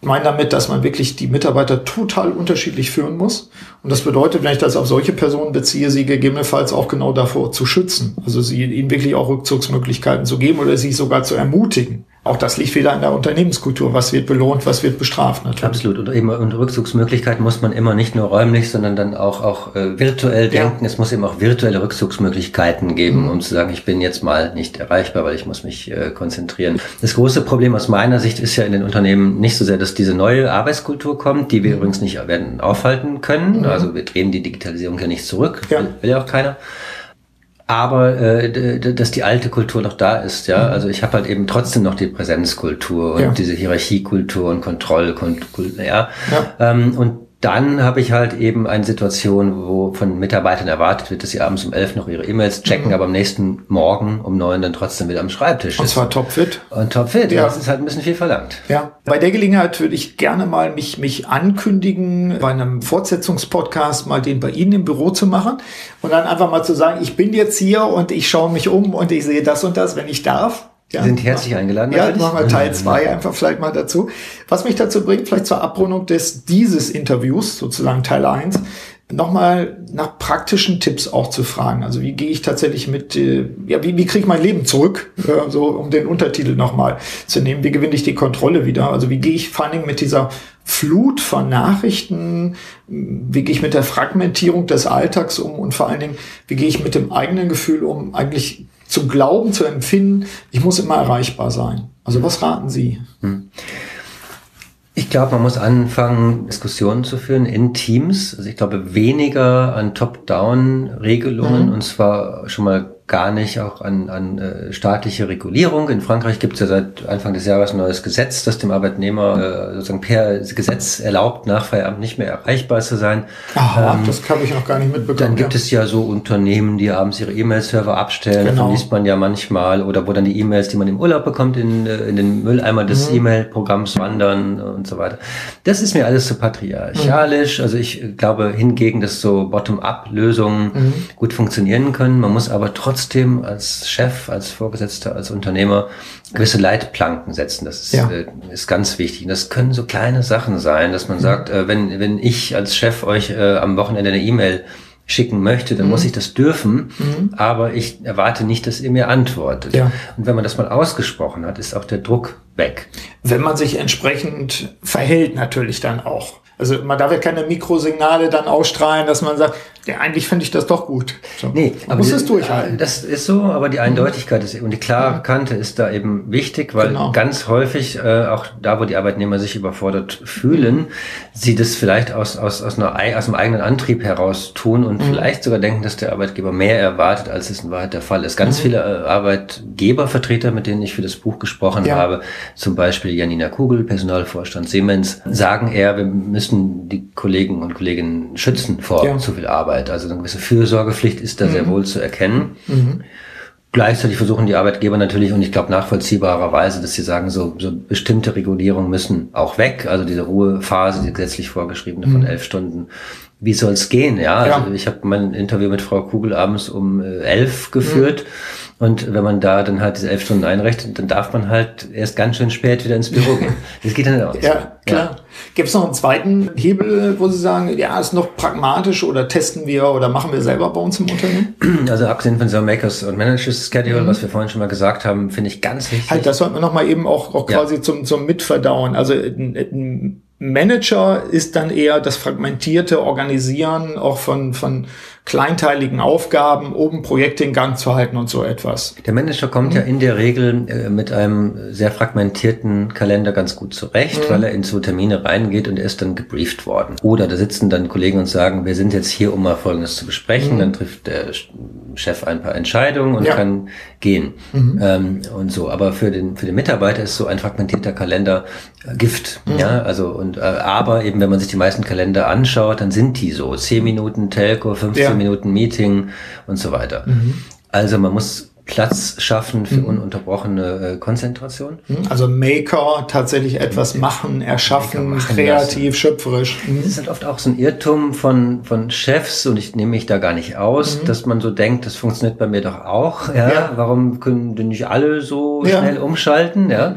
Ich meine damit, dass man wirklich die Mitarbeiter total unterschiedlich führen muss. Und das bedeutet, wenn ich das auf solche Personen beziehe, sie gegebenenfalls auch genau davor zu schützen. Also sie ihnen wirklich auch Rückzugsmöglichkeiten zu geben oder sie sogar zu ermutigen. Auch das liegt wieder in der Unternehmenskultur. Was wird belohnt, was wird bestraft natürlich. Absolut. Und eben und Rückzugsmöglichkeiten muss man immer nicht nur räumlich, sondern dann auch auch äh, virtuell denken. Ja. Es muss eben auch virtuelle Rückzugsmöglichkeiten geben, mhm. um zu sagen, ich bin jetzt mal nicht erreichbar, weil ich muss mich äh, konzentrieren. Das große Problem aus meiner Sicht ist ja in den Unternehmen nicht so sehr, dass diese neue Arbeitskultur kommt, die wir mhm. übrigens nicht werden aufhalten können. Mhm. Also wir drehen die Digitalisierung ja nicht zurück, ja. Will, will ja auch keiner. Aber äh, dass die alte Kultur noch da ist, ja. Also ich habe halt eben trotzdem noch die Präsenzkultur und ja. diese Hierarchiekultur und Kontrollkultur, ja. ja. Ähm, und dann habe ich halt eben eine Situation, wo von Mitarbeitern erwartet wird, dass sie abends um elf noch ihre E-Mails checken, mhm. aber am nächsten Morgen um neun dann trotzdem wieder am Schreibtisch und ist. Und zwar topfit. Und topfit, ja. Das ist halt ein bisschen viel verlangt. Ja. Bei der Gelegenheit würde ich gerne mal mich mich ankündigen, bei einem Fortsetzungspodcast mal den bei Ihnen im Büro zu machen und dann einfach mal zu sagen, ich bin jetzt hier und ich schaue mich um und ich sehe das und das, wenn ich darf. Ja, Sie sind herzlich eingeladen. Ja, machen wir Teil zwei einfach vielleicht mal dazu. Was mich dazu bringt, vielleicht zur Abrundung des dieses Interviews, sozusagen Teil eins, nochmal nach praktischen Tipps auch zu fragen. Also wie gehe ich tatsächlich mit, äh, ja, wie, wie kriege ich mein Leben zurück, äh, so um den Untertitel nochmal zu nehmen. Wie gewinne ich die Kontrolle wieder? Also wie gehe ich vor allen Dingen mit dieser Flut von Nachrichten, wie gehe ich mit der Fragmentierung des Alltags um und vor allen Dingen, wie gehe ich mit dem eigenen Gefühl um, eigentlich zu glauben, zu empfinden, ich muss immer erreichbar sein. Also was raten Sie? Ich glaube, man muss anfangen, Diskussionen zu führen in Teams. Also ich glaube, weniger an Top-Down-Regelungen mhm. und zwar schon mal gar nicht auch an, an äh, staatliche Regulierung. In Frankreich gibt es ja seit Anfang des Jahres ein neues Gesetz, das dem Arbeitnehmer äh, sozusagen per Gesetz erlaubt, nach Feierabend nicht mehr erreichbar zu sein. Aha, ähm, das habe ich noch gar nicht mitbekommen. Dann gibt ja. es ja so Unternehmen, die abends ihre E-Mail-Server abstellen. Genau. Davon liest man ja manchmal. Oder wo dann die E-Mails, die man im Urlaub bekommt, in, in den Mülleimer des mhm. E-Mail-Programms wandern und so weiter. Das ist mir alles zu patriarchalisch. Mhm. Also ich glaube hingegen, dass so Bottom-up-Lösungen mhm. gut funktionieren können. Man muss aber trotzdem trotzdem als Chef, als Vorgesetzter, als Unternehmer gewisse Leitplanken setzen. Das ist, ja. äh, ist ganz wichtig. Und das können so kleine Sachen sein, dass man mhm. sagt, äh, wenn, wenn ich als Chef euch äh, am Wochenende eine E-Mail schicken möchte, dann mhm. muss ich das dürfen, mhm. aber ich erwarte nicht, dass ihr mir antwortet. Ja. Und wenn man das mal ausgesprochen hat, ist auch der Druck weg. Wenn man sich entsprechend verhält natürlich dann auch. Also man darf ja keine Mikrosignale dann ausstrahlen, dass man sagt, ja, eigentlich finde ich das doch gut. So. Nee, man muss es durchhalten. Das ist so, aber die Eindeutigkeit ist und die klare Kante ist da eben wichtig, weil genau. ganz häufig, äh, auch da, wo die Arbeitnehmer sich überfordert fühlen, sie das vielleicht aus, aus, aus, einer, aus einem eigenen Antrieb heraus tun und mhm. vielleicht sogar denken, dass der Arbeitgeber mehr erwartet, als es in Wahrheit der Fall ist. Ganz mhm. viele äh, Arbeitgebervertreter, mit denen ich für das Buch gesprochen ja. habe, zum Beispiel Janina Kugel, Personalvorstand Siemens, sagen eher, wir müssen die Kollegen und Kolleginnen schützen vor ja. zu viel Arbeit. Also eine gewisse Fürsorgepflicht ist da mhm. sehr wohl zu erkennen. Mhm. Gleichzeitig versuchen die Arbeitgeber natürlich, und ich glaube nachvollziehbarerweise, dass sie sagen, so, so bestimmte Regulierungen müssen auch weg. Also diese Ruhephase, die gesetzlich vorgeschriebene von mhm. elf Stunden. Wie soll es gehen? Ja, ja. Also ich habe mein Interview mit Frau Kugel abends um äh, elf geführt. Mhm. Und wenn man da dann halt diese elf Stunden einrechnet, dann darf man halt erst ganz schön spät wieder ins Büro gehen. Das geht dann nicht aus. Ja, klar. Ja. Gibt es noch einen zweiten Hebel, wo Sie sagen, ja, ist noch pragmatisch oder testen wir oder machen wir selber bei uns im Unternehmen? Also abgesehen von so Makers und Managers Schedule, mhm. was wir vorhin schon mal gesagt haben, finde ich ganz wichtig. Halt, das sollten wir noch mal eben auch, auch quasi ja. zum, zum Mitverdauen. Also ein, ein Manager ist dann eher das fragmentierte Organisieren auch von, von kleinteiligen Aufgaben, um Projekte in Gang zu halten und so etwas. Der Manager kommt mhm. ja in der Regel äh, mit einem sehr fragmentierten Kalender ganz gut zurecht, mhm. weil er in so Termine reingeht und er ist dann gebrieft worden. Oder da sitzen dann Kollegen und sagen, wir sind jetzt hier, um mal Folgendes zu besprechen. Mhm. Dann trifft der Chef ein paar Entscheidungen und ja. kann gehen. Mhm. Ähm, und so. Aber für den, für den Mitarbeiter ist so ein fragmentierter Kalender äh, Gift. Mhm. Ja, also, und, äh, aber eben, wenn man sich die meisten Kalender anschaut, dann sind die so. Zehn Minuten Telco, fünfzehn ja. Minuten Meeting und so weiter. Mhm. Also man muss Platz schaffen für mhm. ununterbrochene äh, Konzentration. Also Maker, tatsächlich etwas machen, erschaffen, machen kreativ, lassen. Schöpferisch. Mhm. Das ist halt oft auch so ein Irrtum von von Chefs, und ich nehme mich da gar nicht aus, mhm. dass man so denkt, das funktioniert bei mir doch auch. Ja, ja. Warum können denn nicht alle so ja. schnell umschalten? Ja.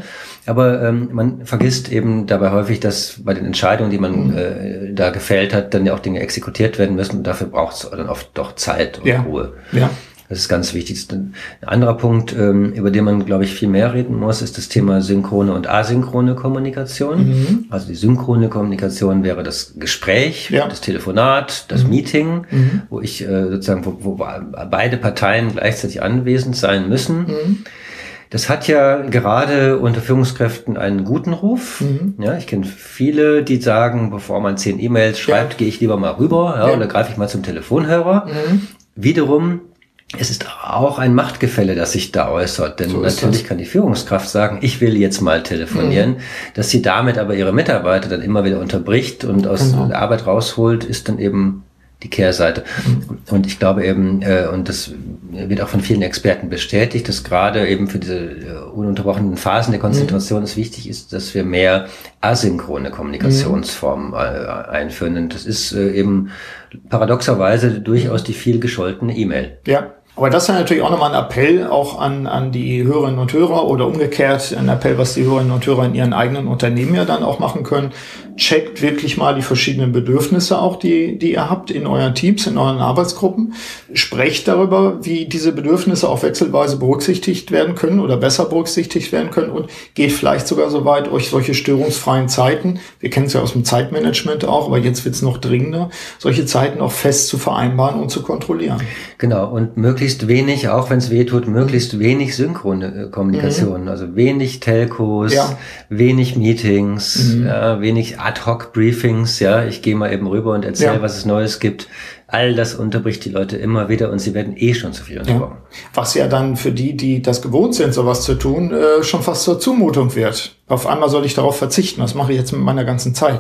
Aber ähm, man vergisst eben dabei häufig, dass bei den Entscheidungen, die man mhm. äh, da gefällt hat, dann ja auch Dinge exekutiert werden müssen. Und dafür braucht es dann oft doch Zeit und ja. Ruhe. Ja. Das ist ganz wichtig. Ein anderer Punkt, ähm, über den man, glaube ich, viel mehr reden muss, ist das Thema synchrone und asynchrone Kommunikation. Mhm. Also die synchrone Kommunikation wäre das Gespräch, ja. das Telefonat, das mhm. Meeting, mhm. wo ich äh, sozusagen, wo, wo beide Parteien gleichzeitig anwesend sein müssen. Mhm. Das hat ja gerade unter Führungskräften einen guten Ruf. Mhm. Ja, ich kenne viele, die sagen, bevor man zehn E-Mails schreibt, ja. gehe ich lieber mal rüber, ja, ja. oder greife ich mal zum Telefonhörer. Mhm. Wiederum, es ist auch ein Machtgefälle, das sich da äußert. Denn so natürlich kann die Führungskraft sagen, ich will jetzt mal telefonieren. Mhm. Dass sie damit aber ihre Mitarbeiter dann immer wieder unterbricht und aus genau. der Arbeit rausholt, ist dann eben die Kehrseite. Mhm. Und ich glaube eben, äh, und das wird auch von vielen Experten bestätigt, dass gerade eben für diese äh, ununterbrochenen Phasen der Konzentration mhm. es wichtig ist, dass wir mehr asynchrone Kommunikationsformen äh, einführen. Und das ist äh, eben paradoxerweise durchaus die viel gescholtene E-Mail. Ja. Aber das ist ja natürlich auch nochmal ein Appell auch an, an die Hörerinnen und Hörer oder umgekehrt ein Appell, was die Hörerinnen und Hörer in ihren eigenen Unternehmen ja dann auch machen können. Checkt wirklich mal die verschiedenen Bedürfnisse auch, die, die ihr habt in euren Teams, in euren Arbeitsgruppen. Sprecht darüber, wie diese Bedürfnisse auch wechselweise berücksichtigt werden können oder besser berücksichtigt werden können und geht vielleicht sogar so weit, euch solche störungsfreien Zeiten, wir kennen es ja aus dem Zeitmanagement auch, aber jetzt wird es noch dringender, solche Zeiten auch fest zu vereinbaren und zu kontrollieren. Genau, und möglichst wenig, auch wenn es weh tut, möglichst wenig synchrone Kommunikation, mhm. also wenig Telcos, ja. wenig Meetings, mhm. ja, wenig Ad-Hoc-Briefings, ja, ich gehe mal eben rüber und erzähle, ja. was es Neues gibt. All das unterbricht die Leute immer wieder und sie werden eh schon zu viel unterbrochen. Ja. Was ja dann für die, die das gewohnt sind, sowas zu tun, äh, schon fast zur Zumutung wird. Auf einmal soll ich darauf verzichten. Was mache ich jetzt mit meiner ganzen Zeit?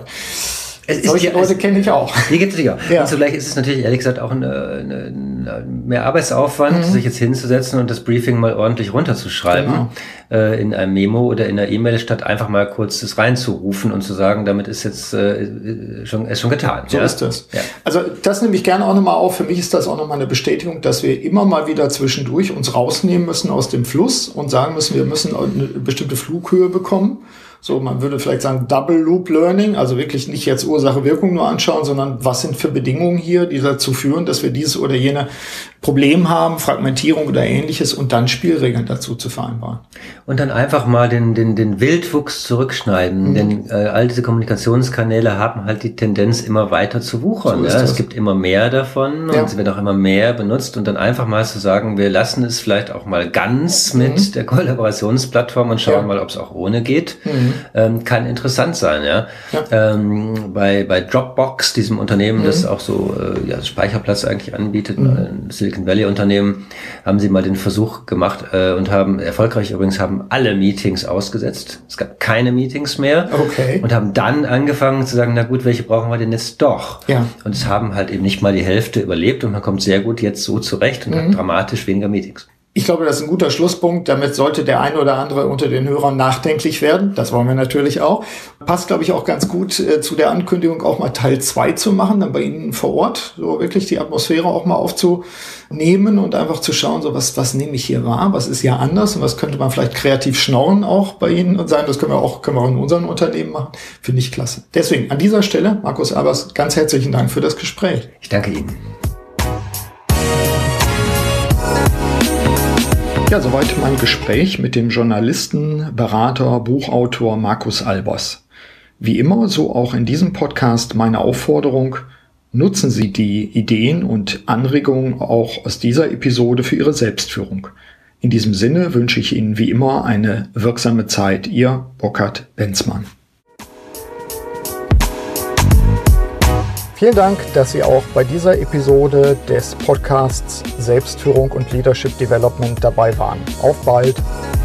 Es Solche ist, Leute es, kenne ich auch. Die gibt es ja. ja. Und zugleich ist es natürlich, ehrlich gesagt, auch eine, eine, eine mehr Arbeitsaufwand, mhm. sich jetzt hinzusetzen und das Briefing mal ordentlich runterzuschreiben genau. äh, in einem Memo oder in einer E-Mail, statt einfach mal kurz das reinzurufen und zu sagen, damit ist jetzt äh, schon, ist schon getan. So ja? ist das. Ja. Also das nehme ich gerne auch nochmal auf. Für mich ist das auch nochmal eine Bestätigung, dass wir immer mal wieder zwischendurch uns rausnehmen müssen aus dem Fluss und sagen müssen, wir müssen eine bestimmte Flughöhe bekommen. So, man würde vielleicht sagen Double Loop Learning, also wirklich nicht jetzt Ursache-Wirkung nur anschauen, sondern was sind für Bedingungen hier, die dazu führen, dass wir dieses oder jene Problem haben, Fragmentierung oder Ähnliches und dann Spielregeln dazu zu vereinbaren. Und dann einfach mal den den den Wildwuchs zurückschneiden, mhm. denn äh, all diese Kommunikationskanäle haben halt die Tendenz, immer weiter zu wuchern. So ja? Es gibt immer mehr davon ja. und sie werden auch immer mehr benutzt und dann einfach mal zu sagen, wir lassen es vielleicht auch mal ganz mhm. mit der Kollaborationsplattform und schauen ja. mal, ob es auch ohne geht. Mhm. Ähm, kann interessant sein, ja. ja. Ähm, bei bei Dropbox, diesem Unternehmen, mhm. das auch so äh, ja, Speicherplatz eigentlich anbietet, mhm. ein Silicon Valley Unternehmen, haben sie mal den Versuch gemacht äh, und haben erfolgreich übrigens haben alle Meetings ausgesetzt. Es gab keine Meetings mehr okay. und haben dann angefangen zu sagen, na gut, welche brauchen wir denn jetzt doch? Ja. Und es haben halt eben nicht mal die Hälfte überlebt und man kommt sehr gut jetzt so zurecht und mhm. hat dramatisch weniger Meetings. Ich glaube, das ist ein guter Schlusspunkt. Damit sollte der eine oder andere unter den Hörern nachdenklich werden. Das wollen wir natürlich auch. Passt, glaube ich, auch ganz gut äh, zu der Ankündigung, auch mal Teil zwei zu machen, dann bei Ihnen vor Ort, so wirklich die Atmosphäre auch mal aufzunehmen und einfach zu schauen, so was, was nehme ich hier wahr, was ist ja anders und was könnte man vielleicht kreativ schnorren auch bei Ihnen und sagen, das können wir auch, können wir auch in unseren Unternehmen machen. Finde ich klasse. Deswegen an dieser Stelle, Markus Albers, ganz herzlichen Dank für das Gespräch. Ich danke Ihnen. Ja, soweit mein Gespräch mit dem Journalisten, Berater, Buchautor Markus Albers. Wie immer, so auch in diesem Podcast meine Aufforderung, nutzen Sie die Ideen und Anregungen auch aus dieser Episode für Ihre Selbstführung. In diesem Sinne wünsche ich Ihnen wie immer eine wirksame Zeit. Ihr Burkhard Benzmann. Vielen Dank, dass Sie auch bei dieser Episode des Podcasts Selbstführung und Leadership Development dabei waren. Auf bald!